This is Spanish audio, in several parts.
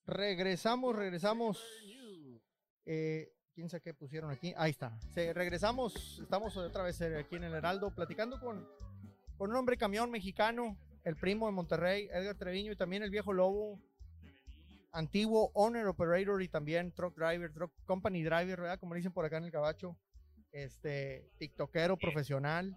Regresamos. ¿Quién sabe qué pusieron aquí? Ahí está. Regresamos. Estamos otra vez aquí en el Heraldo platicando con un hombre camión mexicano, el primo de Monterrey, Edgar Treviño, y también el viejo lobo, antiguo owner operator y también truck driver, truck company driver, ¿verdad? Como dicen por acá en el Gabacho. TikTokero profesional,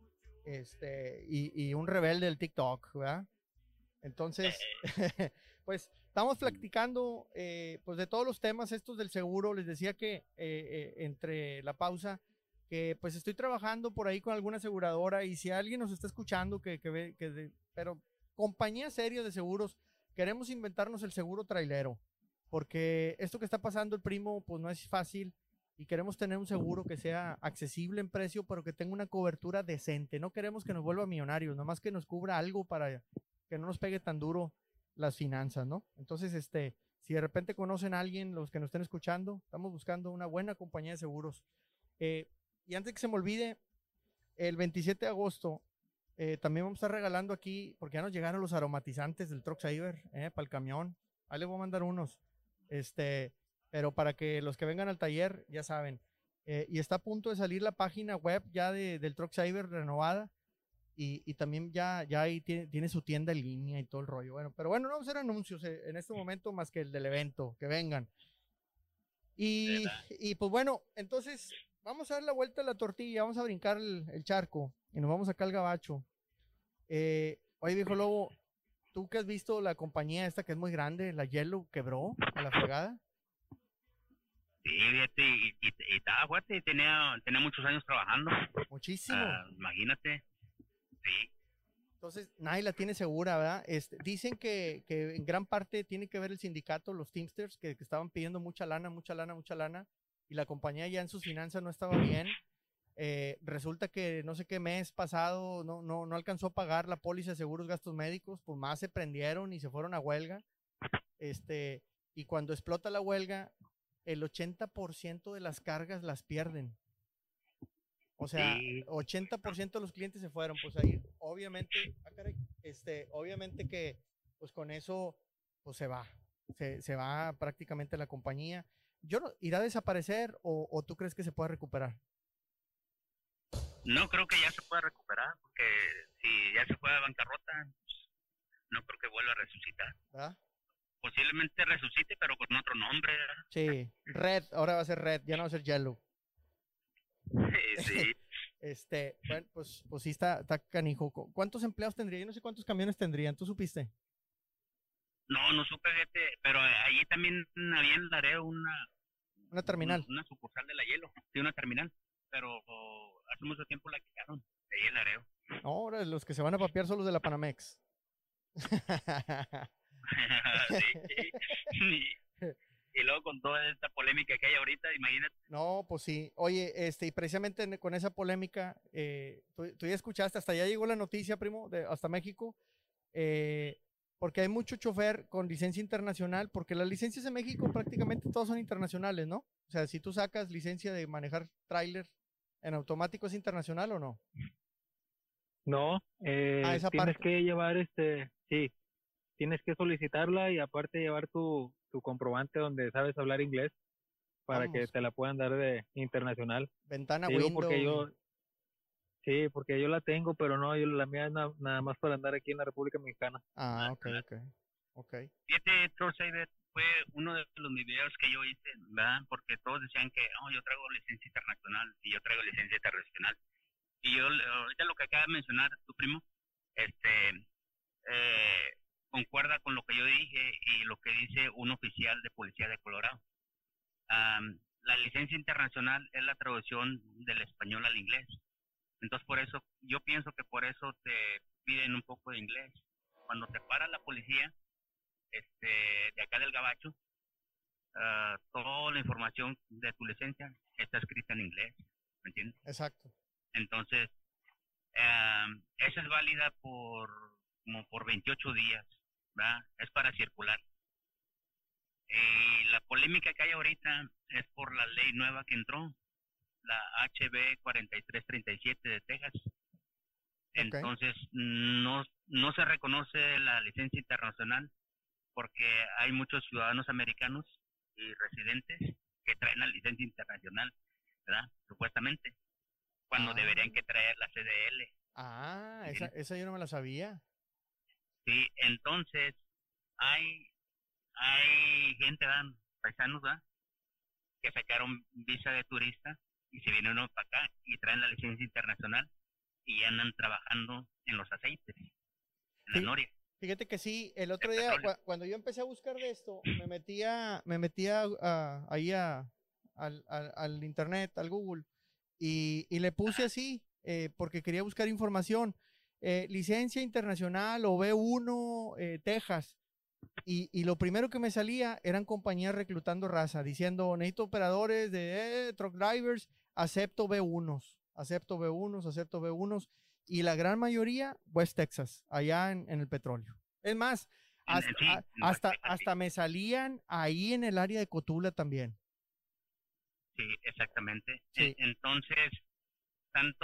y un rebelde del TikTok, ¿verdad? Entonces, pues estamos platicando pues de todos los temas estos del seguro. Les decía que entre la pausa, que pues estoy trabajando por ahí con alguna aseguradora, y si alguien nos está escuchando pero compañía seria de seguros, queremos inventarnos el seguro trailero, porque esto que está pasando el primo pues no es fácil, y queremos tener un seguro que sea accesible en precio, pero que tenga una cobertura decente. No queremos que nos vuelva millonarios, nomás que nos cubra algo para que no nos pegue tan duro las finanzas, ¿no? Entonces, si de repente conocen a alguien, los que nos estén escuchando, estamos buscando una buena compañía de seguros. Y antes que se me olvide, el 27 de agosto también vamos a estar regalando aquí, porque ya nos llegaron los aromatizantes del Truck Saver, para el camión. Ahí les voy a mandar unos. Pero para que los que vengan al taller, ya saben. Y está a punto de salir la página web ya del Truck Saver renovada. Y también ya ahí tiene su tienda en línea y todo el rollo. Bueno, pero bueno, no vamos a hacer anuncios en este momento más que el del evento, que vengan. Y pues bueno, entonces vamos a dar la vuelta a la tortilla, vamos a brincar el charco y nos vamos acá al gabacho. Oye, viejo lobo, tú que has visto la compañía esta que es muy grande, la Yellow, quebró a la fregada. Sí, fíjate, y estaba fuerte, y tenía muchos años trabajando. Muchísimo. Imagínate, sí. Entonces, nadie la tiene segura, ¿verdad? Dicen que en gran parte tiene que ver el sindicato, los Teamsters, que estaban pidiendo mucha lana, mucha lana, mucha lana, y la compañía ya en sus finanzas no estaba bien. Resulta que no sé qué mes pasado no alcanzó a pagar la póliza de seguros gastos médicos, pues más se prendieron y se fueron a huelga. Y cuando explota la huelga, el 80% de las cargas las pierden. O sea, Sí, 80% de los clientes se fueron. Pues ahí, obviamente, caray, obviamente que, pues con eso, pues se va prácticamente la compañía. ¿Irá a desaparecer o tú crees que se puede recuperar? no creo que ya se pueda recuperar, porque si ya se fue a bancarrota, pues, no creo que vuelva a resucitar. ¿Verdad? Posiblemente resucite, pero con otro nombre, ¿verdad? Sí, Red, ahora va a ser Red, ya no va a ser Yellow. Sí. Bueno, pues sí está canijo. ¿Cuántos empleados tendría? Yo no sé cuántos camiones tendrían, ¿tú supiste? No, no supe, fíjate, pero allí también había en Laredo Una terminal. una sucursal de la Hielo, sí, una terminal, pero hace mucho tiempo la quitaron, ahí en Laredo. No, ahora los que se van a papear son los de la Panamex. Sí. Y luego con toda esta polémica que hay ahorita, imagínate. No, pues sí. Oye, y precisamente con esa polémica, tú ya escuchaste, hasta allá llegó la noticia, primo, hasta México, eh, porque hay mucho chofer con licencia internacional, porque las licencias en México prácticamente todas son internacionales, ¿no? O sea, si tú sacas licencia de manejar tráiler en automático, ¿es internacional o no? No, Esa tienes parte. que llevar sí, tienes que solicitarla y aparte llevar tu comprobante donde sabes hablar inglés para que Vamos, te la puedan dar de internacional. ventana Te digo window. sí, porque yo la tengo, pero no, yo la mía es nada más para andar aquí en la República Mexicana. Ok, ok. Ok. Fíjate, Trollsaber fue uno de los videos que yo hice, ¿verdad? Porque todos decían que, oh, yo traigo licencia internacional y yo traigo licencia internacional. Y yo, ahorita lo que acaba de mencionar tu primo, eh, concuerda con lo que yo dije y lo que dice un oficial de policía de Colorado. La licencia internacional es la traducción del español al inglés. Entonces, por eso, yo pienso que por eso te piden un poco de inglés. Cuando te para la policía, este, de acá del Gabacho, toda la información de tu licencia está escrita en inglés, ¿me entiendes? Exacto. Entonces, esa es válida como por 28 días, ¿verdad? Es para circular. Y la polémica que hay ahorita es por la ley nueva que entró, la HB 4337 de Texas. Ok. Entonces, no se reconoce la licencia internacional porque hay muchos ciudadanos americanos y residentes que traen la licencia internacional, ¿verdad? Supuestamente, cuando Ah, deberían que traer la CDL. esa yo no me la sabía. Sí, entonces hay gente, ¿verdad? Paisanos, ¿verdad? Que sacaron visa de turista y se vinieron para acá y traen la licencia internacional y andan trabajando en los aceites, en la Sí, noria, fíjate que sí, el de otro día petróleo. cuando yo empecé a buscar de esto, me metía ahí al internet, al Google, y le puse así, porque quería buscar información, licencia internacional o B1 Texas, y lo primero que me salía eran compañías reclutando raza, diciendo, necesito operadores de truck drivers, acepto B1s, acepto B1s, acepto B1s, y la gran mayoría, West Texas, allá en el petróleo. Es más, Sí, en West Texas, sí, hasta me salían ahí en el área de Cotula también. sí, exactamente. Sí, Entonces, tanto,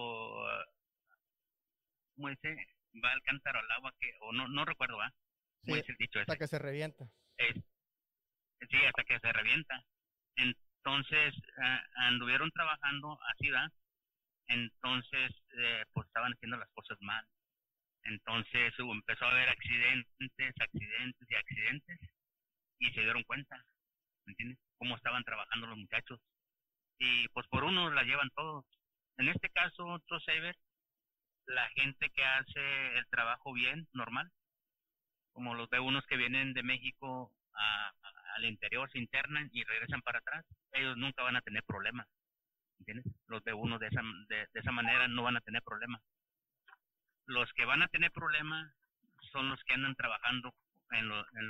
¿cómo dice? Va al cántaro al agua que, o no, no recuerdo, ¿va? ¿Cómo sí, dice el dicho hasta ese? que se revienta. Es- sí, hasta que se revienta. Entonces, anduvieron trabajando así, ¿va? Entonces, pues estaban haciendo las cosas mal. Entonces empezó a haber accidentes, accidentes y accidentes y se dieron cuenta, ¿me entiendes? Cómo estaban trabajando los muchachos. Y pues por uno la llevan todos. En este caso, Saber, la gente que hace el trabajo bien, normal, como los B1s que vienen de México al interior, se internan y regresan para atrás, ellos nunca van a tener problemas, ¿entiendes? Los B1 de esa manera no van a tener problemas. Los que van a tener problemas son los que andan trabajando en,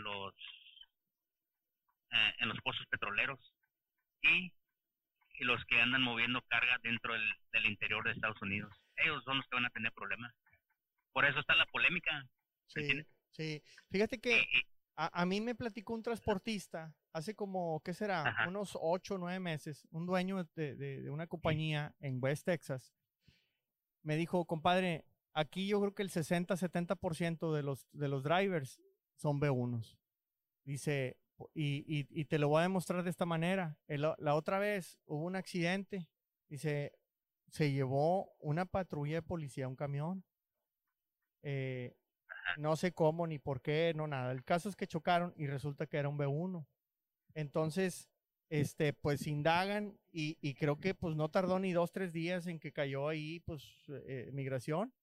en los pozos petroleros y, y los que andan moviendo carga dentro del interior de Estados Unidos. Ellos son los que van a tener problemas. Por eso está la polémica, ¿me Sí, entiendes? sí. Fíjate Y, que y, a mí me platicó un transportista hace como, ¿qué será? ajá, Unos 8 o 9 meses, un dueño de una compañía en West Texas. Me dijo, compadre, aquí yo creo que el 60-70% de los drivers son B1s. Dice, y te lo voy a demostrar de esta manera. La otra vez hubo un accidente. Dice, se llevó una patrulla de policía a un camión. Eh, no sé cómo ni por qué, no nada. El caso es que chocaron y resulta que era un B1. Entonces, pues indagan y creo que pues no tardó ni 2, 3 días en que cayó ahí, pues, migración.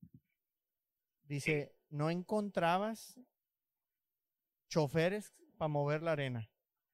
sí, Dice, no encontrabas choferes para mover la arena.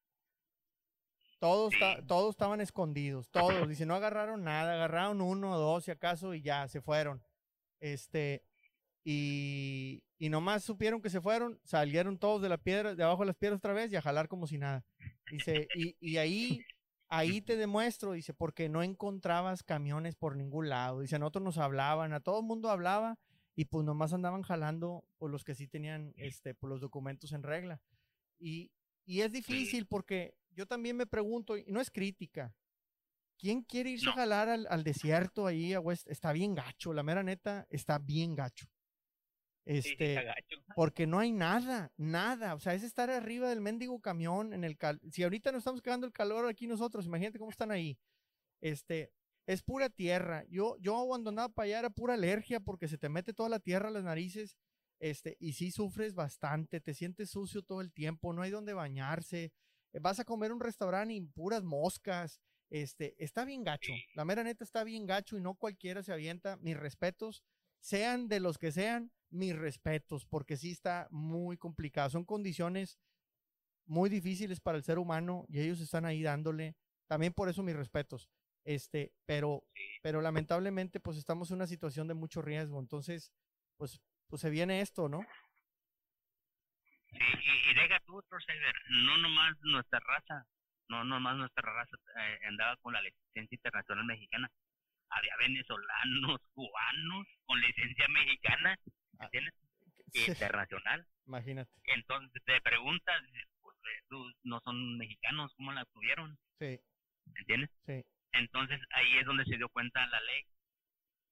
sí, Todos estaban escondidos, todos. Dice, no agarraron nada, agarraron uno o dos si acaso y ya, se fueron. Este, y nomás supieron que se fueron, salieron todos de la piedra, de abajo de las piedras otra vez y a jalar como si nada. Dice, y ahí te demuestro, dice, porque no encontrabas camiones por ningún lado. Dice, a nosotros nos hablaban, a todo el mundo hablaba y pues nomás andaban jalando por los que sí tenían, por los documentos en regla. Y, y es sí, difícil porque yo también me pregunto, y no es crítica, ¿quién quiere irse a no, jalar al desierto ahí a West? Está bien gacho, la mera neta, está bien gacho. sí, sí, está Este, gacho. porque no hay nada, nada. O sea, es estar arriba del mendigo camión en si ahorita nos estamos quedando el calor aquí nosotros, imagínate cómo están ahí. Este, es pura tierra. Yo abandonaba para allá era pura alergia porque se te mete toda la tierra a las narices. Y sí sufres bastante, te sientes sucio todo el tiempo, no hay donde bañarse. Vas a comer un restaurante y puras moscas. Está bien gacho. Sí, La mera neta está bien gacho y no cualquiera se avienta. Mis respetos, sean de los que sean, mis respetos, porque sí está muy complicado. Son condiciones muy difíciles para el ser humano y ellos están ahí dándole. También por eso mis respetos. Pero lamentablemente pues estamos en una situación de mucho riesgo. Entonces, pues se viene esto, ¿no? sí, y deja tú, Saber, no nomás nuestra raza, no nomás nuestra raza andaba con la licencia internacional mexicana. Había venezolanos, cubanos con licencia mexicana, Ah, ¿entiendes? sí, Internacional. imagínate. Entonces te preguntas, pues no son mexicanos, ¿cómo la tuvieron? Sí, ¿Entiendes? sí, Entonces ahí es donde se dio cuenta la ley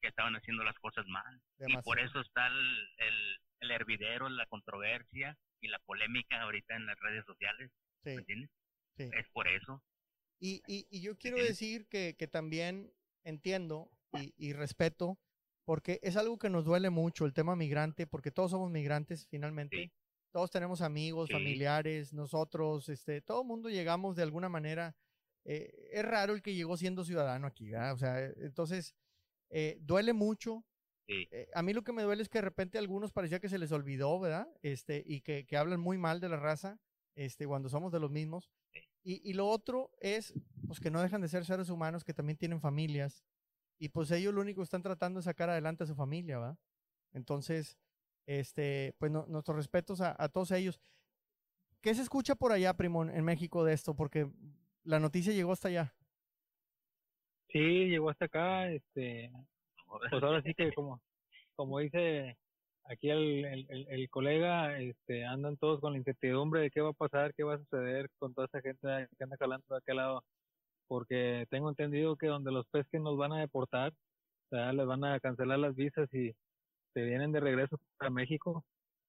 que estaban haciendo las cosas mal. Y por demasiado. eso está el hervidero, la controversia y la polémica ahorita en las redes sociales, ¿me Sí, entiendes? sí. Es por eso, Y yo ¿me quiero entiendes? decir que también entiendo y respeto, porque es algo que nos duele mucho, el tema migrante, porque todos somos migrantes Sí, finalmente. Todos tenemos amigos, sí, familiares, nosotros, todo el mundo llegamos de alguna manera. Es raro el que llegó siendo ciudadano aquí, ¿verdad? O sea, entonces, duele mucho. sí, A mí lo que me duele es que de repente a algunos parecía que se les olvidó, ¿verdad? Y que hablan muy mal de la raza, cuando somos de los mismos. sí. Y lo otro es, pues que no dejan de ser seres humanos que también tienen familias y pues ellos lo único que están tratando es sacar adelante a su familia, ¿va? Entonces, pues nuestros respetos a todos ellos. ¿Qué se escucha por allá, primo, en México de esto? Porque la noticia llegó hasta allá. Sí, llegó hasta acá, pues ahora sí que como dice aquí el colega, andan todos con la incertidumbre de qué va a pasar, qué va a suceder con toda esa gente que anda jalando de aquel lado, porque tengo entendido que donde los pesquen nos van a deportar, o sea, les van a cancelar las visas y se vienen de regreso a México.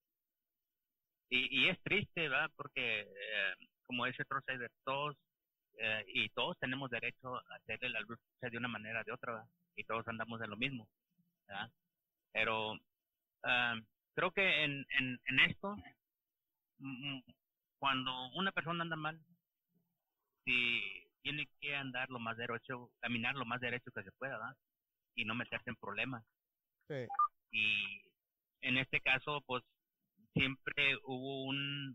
Y es triste, ¿verdad? Porque, como dice Troceder, todos, y todos tenemos derecho a hacerle la lucha de una manera o de otra, ¿verdad? Y todos andamos en lo mismo, ¿verdad? Pero ah, creo que en esto, mm, cuando una persona anda mal, si tiene que andar lo más derecho, caminar lo más derecho que se pueda, ¿verdad? Y no meterse en problemas. Sí. Y en este caso, pues siempre hubo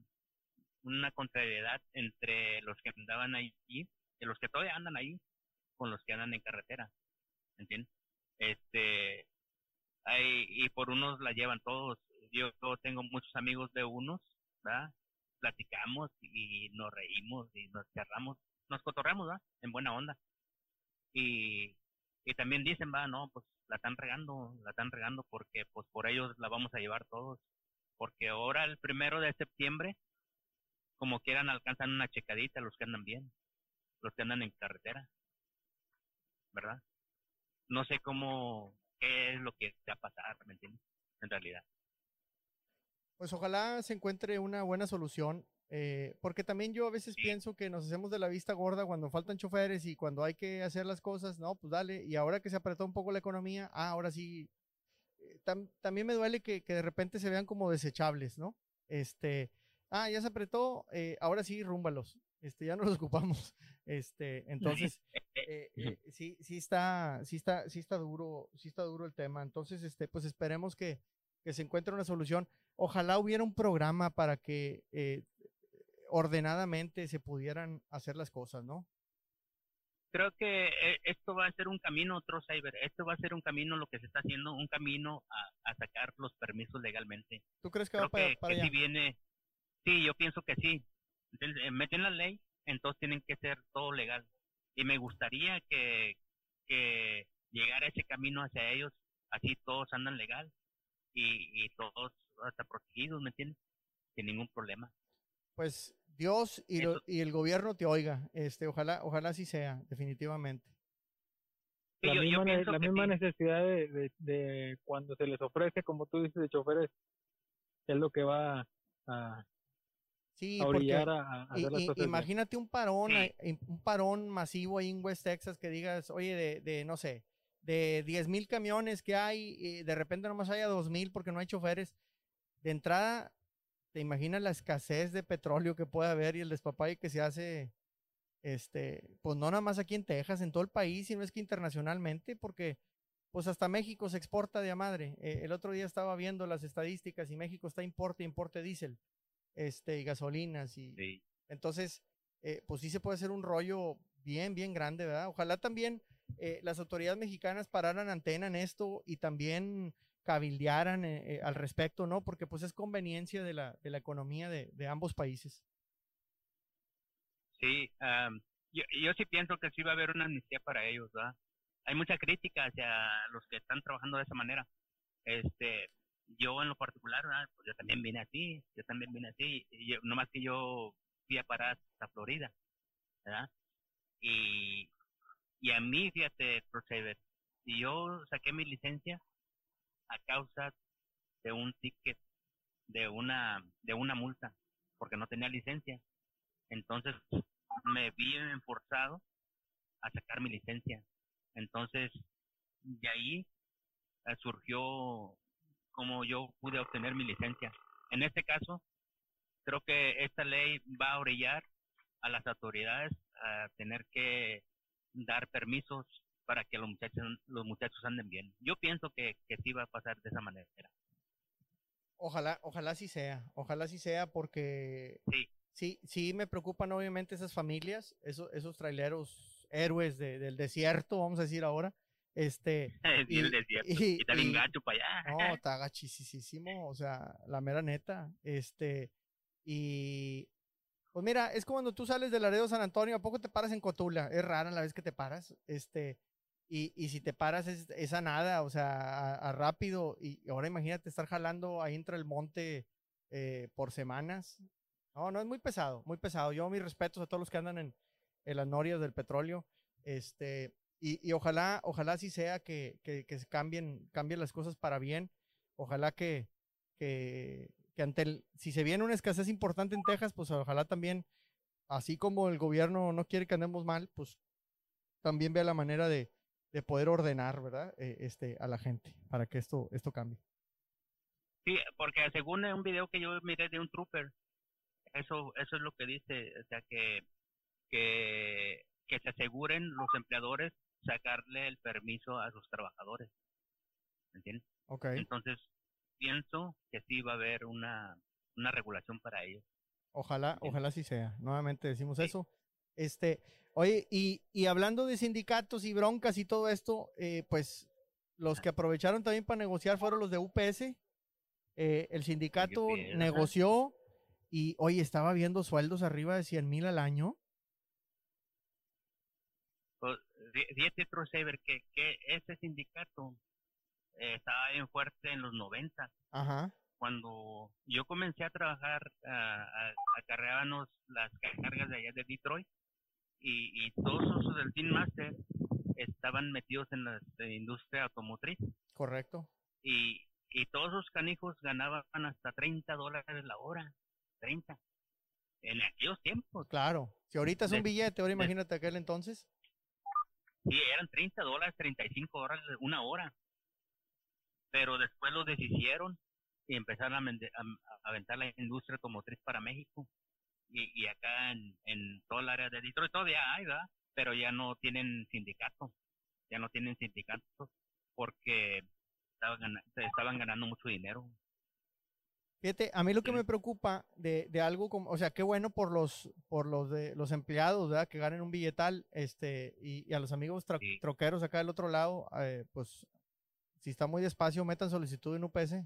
una contrariedad entre los que andaban ahí y los que todavía andan ahí con los que andan en carretera, ¿entiendes? Este, y por unos la llevan todos. Yo tengo muchos amigos de unos, ¿verdad? Platicamos y nos reímos y nos cerramos, nos cotorreamos, ¿verdad? En buena onda. Y, y también dicen, va, no, pues la están regando porque pues por ellos la vamos a llevar todos. Porque ahora el 1 de septiembre, como quieran, alcanzan una checadita los que andan bien, los que andan en carretera, ¿verdad? No sé cómo, qué es lo que va a pasar, ¿me entiendes? En realidad. Pues ojalá se encuentre una buena solución, porque también yo a veces Sí, pienso que nos hacemos de la vista gorda cuando faltan choferes y cuando hay que hacer las cosas, no, pues dale, y ahora que se apretó un poco la economía, ahora sí, también me duele que de repente se vean como desechables, ¿no? Ya se apretó, ahora sí, rúmbalos, ya no los ocupamos, entonces, sí, sí está duro el tema, entonces, pues esperemos que se encuentre una solución. Ojalá hubiera un programa para que ordenadamente se pudieran hacer las cosas, ¿no? creo que esto va a ser un camino, otro cyber, esto va a ser un camino lo que se está haciendo, un camino a sacar los permisos legalmente. ¿Tú crees que va Creo para que si allá? viene, sí, yo pienso que sí. Entonces, meten la ley, entonces tienen que ser todo legal. Y me gustaría que llegara ese camino hacia ellos, así todos andan legal y todos hasta protegidos, ¿me entiendes? Sin ningún problema. Pues Dios Eso, y el gobierno te oiga. Ojalá así sea, definitivamente. sí, yo pienso La que misma sí. necesidad de cuando se les ofrece, como tú dices, de choferes, es lo que va a, Sí, a orillar porque a hacer las cosas bien. imagínate Sí, un parón masivo ahí en West Texas que digas, oye, no sé, de 10,000 camiones que hay, y de repente nomás haya 2,000 porque no hay choferes. De entrada, te imaginas la escasez de petróleo que puede haber y el despapalle que se hace, pues no nada más aquí en Texas, en todo el país, sino es que internacionalmente, porque pues hasta México se exporta de a madre. El otro día estaba viendo las estadísticas y México está importe diésel, y gasolinas y sí. entonces, pues sí se puede hacer un rollo bien grande, ¿verdad? Ojalá también las autoridades mexicanas pararan antena en esto y también cabildearan al respecto, ¿no? Porque pues es conveniencia de la economía de ambos países. Sí, yo sí pienso que sí va a haber una amnistía para ellos, ¿verdad? Hay mucha crítica hacia los que están trabajando de esa manera. Este, yo en lo particular, ¿verdad? Pues yo también vine así, nomás que yo fui a parar hasta Florida, ¿verdad? Y, y a mí, fíjate, Proceder, Y yo saqué mi licencia a causa de un ticket, de una multa, porque no tenía licencia. Entonces me vi forzado a sacar mi licencia. Entonces, de ahí surgió como yo pude obtener mi licencia. En este caso, creo que esta ley va a orillar a las autoridades a tener que dar permisos para que los muchachos anden bien. Yo pienso que sí va a pasar de esa manera. Ojalá sí sea, porque sí me preocupan obviamente esas familias, esos traileros héroes del desierto, vamos a decir ahora. Sí, el desierto. Y está bien gacho para allá. No, está gachisísimo, o sea, la mera neta. Y pues mira, es como cuando tú sales de Laredo, San Antonio, ¿a poco te paras en Cotula? Es rara la vez que te paras. Y si te paras es a nada, o sea, a rápido. Y ahora imagínate estar jalando ahí entre el monte por semanas. No, es muy pesado, muy pesado. Yo mis respetos a todos los que andan en las norias del petróleo. Y ojalá sí sea que se cambien las cosas para bien. Ojalá que si se viene una escasez importante en Texas, pues ojalá también, así como el gobierno no quiere que andemos mal, pues también vea la manera de poder ordenar, ¿verdad? A la gente para que esto cambie. Sí, porque según un video que yo miré de un trooper, eso es lo que dice, o sea, que se aseguren los empleadores sacarle el permiso a sus trabajadores, ¿entiendes? Okay. Entonces, pienso que sí va a haber una regulación para ellos. Ojalá sí sea. Nuevamente decimos eso. Oye, y hablando de sindicatos y broncas y todo esto, pues los que aprovecharon también para negociar fueron los de UPS. El sindicato negoció y hoy estaba viendo sueldos arriba de 100,000 al año. Pues, fíjate, Saber, que ese sindicato estaba bien fuerte en los 90. Ajá. Cuando yo comencé a trabajar, acarreábamos las cargas de allá de Detroit y todos esos del Team Master estaban metidos en la industria automotriz. Correcto. Y todos esos canijos ganaban hasta $30 la hora. 30. En aquellos tiempos. Claro. Si ahorita es un billete, ahora imagínate aquel entonces. Sí, eran $30, $35 una hora. Pero después lo deshicieron y empezaron a aventar la industria automotriz para México. Y acá en toda el área de Detroit todavía hay, ¿verdad? Pero ya no tienen sindicato. Ya no tienen sindicatos porque estaban ganando mucho dinero. Fíjate, a mí lo que me preocupa de algo como, o sea, qué bueno por los de los empleados, ¿verdad? Que ganen un billetal, y a los amigos troqueros acá del otro lado, pues, si está muy despacio, metan solicitud en UPS.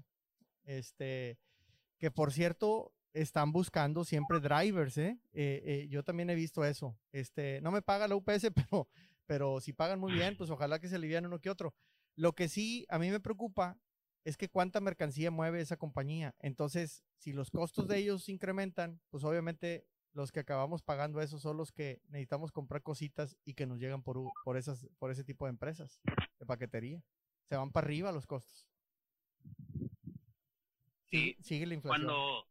Que por cierto, están buscando siempre drivers, yo también he visto eso. No me paga la UPS, pero si pagan muy bien, pues ojalá que se alivian uno que otro. Lo que sí a mí me preocupa es que cuánta mercancía mueve esa compañía. Entonces, si los costos de ellos se incrementan, pues obviamente los que acabamos pagando eso son los que necesitamos comprar cositas y que nos llegan por ese tipo de empresas de paquetería. Se van para arriba los costos. Sí, sigue la inflación.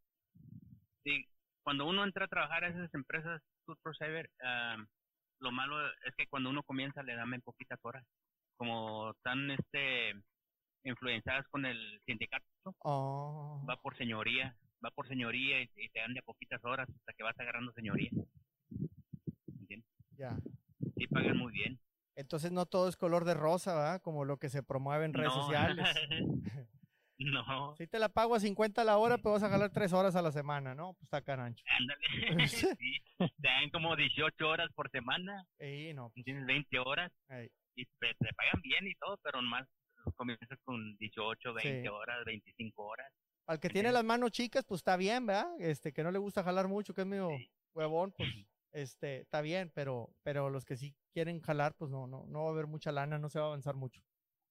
Cuando uno entra a trabajar a esas empresas, Cyber, lo malo es que cuando uno comienza le dan en poquitas horas. Como están influenciadas con el sindicato, va por señoría y te dan de poquitas horas hasta que vas agarrando señoría. ¿Entiendes? Ya. Sí, pagan muy bien. Entonces no todo es color de rosa, ¿verdad? Como lo que se promueve en redes sociales. No. Si te la pago a 50 la hora, pues vas a ganar 3 horas a la semana, ¿no? Pues está carancho. Ándale. Sí. Te dan como 18 horas por semana. Sí, no. Pues. Tienes 20 horas. Y te pagan bien y todo, pero nomás comienzas con 18, 20 horas, 25 horas. Al que tiene las manos chicas, pues está bien, ¿verdad? Que no le gusta jalar mucho, que es medio huevón, pues está bien, pero los que sí quieren jalar, pues no va a haber mucha lana, no se va a avanzar mucho.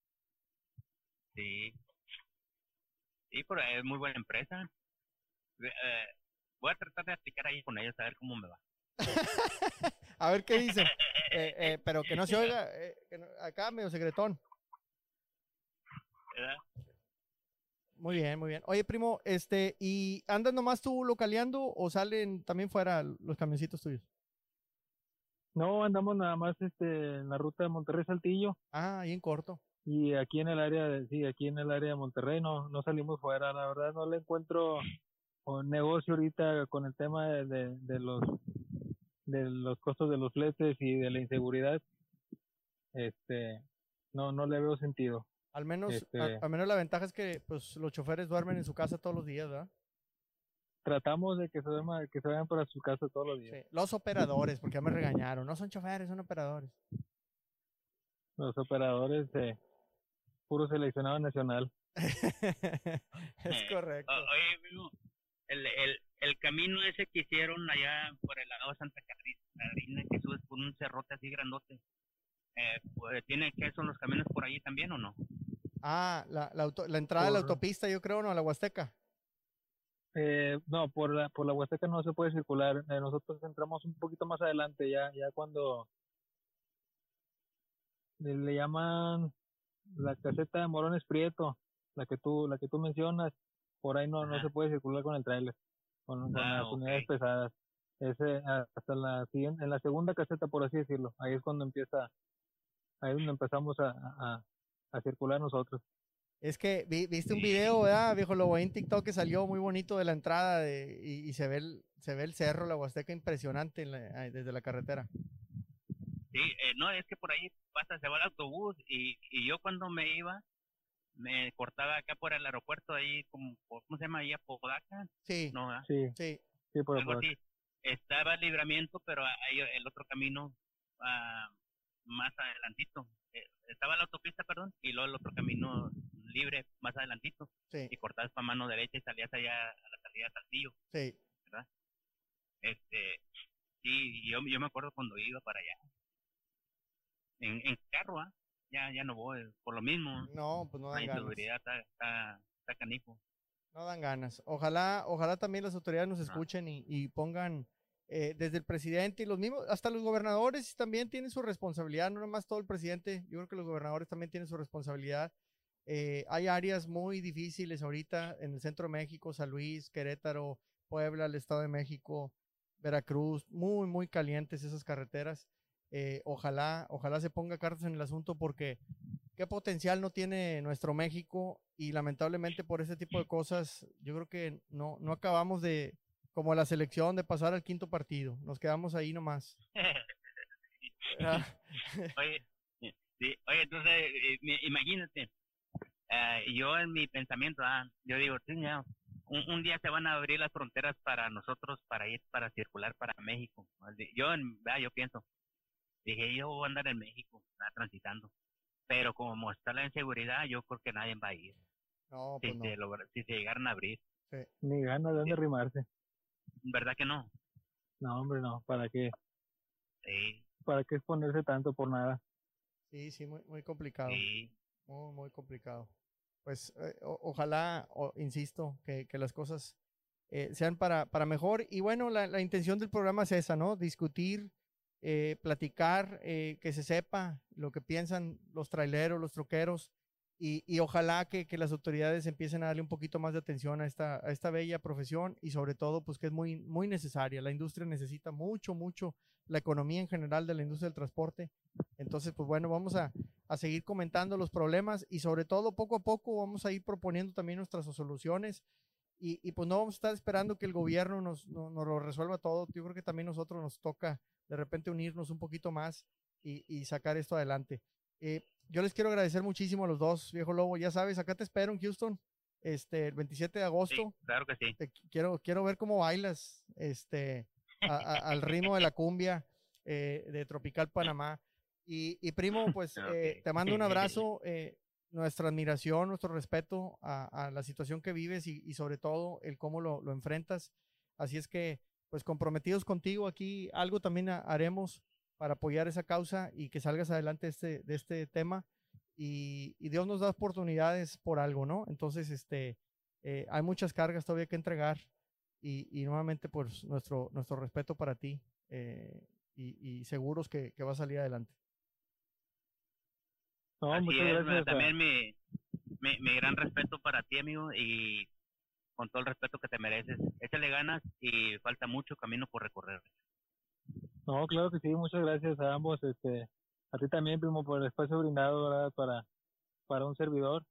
Sí. Sí, pero es muy buena empresa. Voy a tratar de aplicar ahí con ellos a ver cómo me va. A ver qué dicen. Pero que no se oiga, acá medio secretón. ¿verdad? Muy bien, muy bien. Oye, primo, ¿y andas nomás tú localeando o salen también fuera los camioncitos tuyos? No, andamos nada más en la ruta de Monterrey-Saltillo Ah, ahí en corto. y aquí en el área sí, aquí en el área de Monterrey no salimos fuera, la verdad no le encuentro un negocio ahorita con el tema de los costos de los fletes y de la inseguridad, no le veo sentido. Al menos, Este, al menos la ventaja es que pues los choferes duermen en su casa todos los días, ¿verdad? tratamos de que se vayan para su casa todos los días. Sí. Los operadores, porque ya me regañaron. No son choferes, son operadores. Los operadores puro seleccionado nacional. Es correcto. Oye, primo, el camino ese que hicieron allá por el lado de Santa Catarina, que subes por un cerrote así grandote, pues, ¿tiene que son los caminos por ahí también o no? Ah, la entrada de la Por, autopista, yo creo, ¿no? A la Huasteca. no, por la Huasteca no se puede circular. Nosotros entramos un poquito más adelante, ya cuando le llaman la caseta de Morones Prieto, la que tú mencionas, por ahí no Ajá. se puede circular con el tráiler, con las Ok. unidades pesadas. Hasta la siguiente, en la segunda caseta, por así decirlo, ahí es ahí es donde empezamos a circular nosotros. Es que viste un Sí, video, ¿verdad, viejo lobo? Ahí en TikTok que salió muy bonito de la entrada y se ve el cerro, la Huasteca impresionante desde la carretera. sí, no, es que por ahí se va el autobús y yo cuando me iba, me cortaba acá por el aeropuerto, ahí ¿cómo se llama? Ahí Apodaca, Sí, no, ¿verdad? Sí, sí, sí, Algo así. Estaba el libramiento, pero hay el otro camino ah, más adelantito. Estaba la autopista, perdón, y luego el otro camino libre más adelantito. sí, Y cortabas para mano derecha y salías allá a la salida de Saltillo, sí. ¿verdad? Sí, yo me acuerdo cuando iba para allá. En carro, ¿ah? Ya no voy, por lo mismo. No, pues no La dan ganas. inseguridad está canijo. No dan ganas. Ojalá también las autoridades nos No. escuchen y pongan desde el presidente y los mismos, hasta los gobernadores también tienen su responsabilidad, no nomás todo el presidente, yo creo que los gobernadores también tienen su responsabilidad. Hay áreas muy difíciles ahorita en el centro de México, San Luis, Querétaro, Puebla, el Estado de México, Veracruz, muy, muy calientes esas carreteras. Ojalá se ponga cartas en el asunto porque qué potencial no tiene nuestro México y lamentablemente por ese tipo de cosas yo creo que no acabamos de, como la selección, de pasar al quinto partido. Nos quedamos ahí nomás. Ah, Oye, sí, oye, entonces, imagínate, yo en mi pensamiento, yo digo, sí, ya, un día se van a abrir las fronteras para nosotros para ir, para circular para México. Yo pienso, dije, yo voy a andar en México, transitando, pero como está la inseguridad, yo creo que nadie va a ir, no, pues no. si se llegaran a abrir. Sí, Ni ganas de dónde arrimarse. ¿Verdad que no? No, hombre, no. ¿Para qué? Sí, ¿Para qué exponerse tanto por nada? sí, muy, muy complicado. sí. Muy, muy complicado. Pues ojalá, insisto, que las cosas sean para mejor. Y bueno, la intención del programa es esa, ¿no? Discutir, platicar, que se sepa lo que piensan los traileros, los troqueros, y ojalá que las autoridades empiecen a darle un poquito más de atención a esta bella profesión y sobre todo, pues que es muy, muy necesaria. La industria necesita mucho, mucho la economía en general de la industria del transporte. Entonces, pues bueno, vamos a seguir comentando los problemas y sobre todo poco a poco vamos a ir proponiendo también nuestras soluciones y pues no vamos a estar esperando que el gobierno nos lo resuelva todo. Yo creo que también nosotros nos toca de repente unirnos un poquito más y sacar esto adelante. Yo les quiero agradecer muchísimo a los dos, viejo lobo. Ya sabes, acá te espero en Houston, el 27 de Sí, agosto. claro que sí. Quiero ver cómo bailas, al ritmo de la cumbia de Tropical Panamá. Y primo, pues Ok. te mando un abrazo, nuestra admiración, nuestro respeto a la situación que vives y sobre todo el cómo lo enfrentas. Así es que, pues comprometidos contigo aquí, algo también haremos para apoyar esa causa y que salgas adelante de este tema. Y Dios nos da oportunidades por algo, ¿no? Entonces, hay muchas cargas todavía que entregar y nuevamente, pues nuestro respeto para ti y seguros que va a salir adelante. No, Así muchas es, gracias. también mi gran respeto para ti, amigo, y con todo el respeto que te mereces. Échale ganas y falta mucho camino por recorrer. No, claro que sí, muchas gracias a ambos, a ti también, primo, por el espacio brindado, ¿verdad? Para un servidor,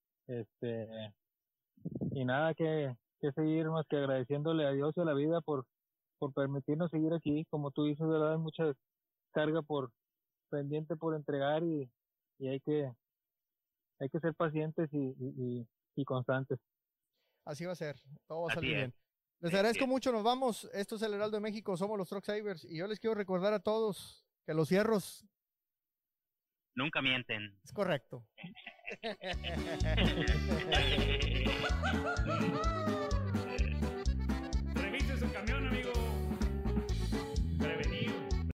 y nada que seguir más que agradeciéndole a Dios y a la vida por permitirnos seguir aquí, como tú dices, ¿verdad? Hay mucha carga pendiente por entregar y hay que ser pacientes y constantes. Así va a ser, todo va a Así salir es. bien. Les agradezco mucho, nos vamos. Esto es el Heraldo de México, somos los Truck Savers y yo les quiero recordar a todos que los fierros nunca mienten. es correcto.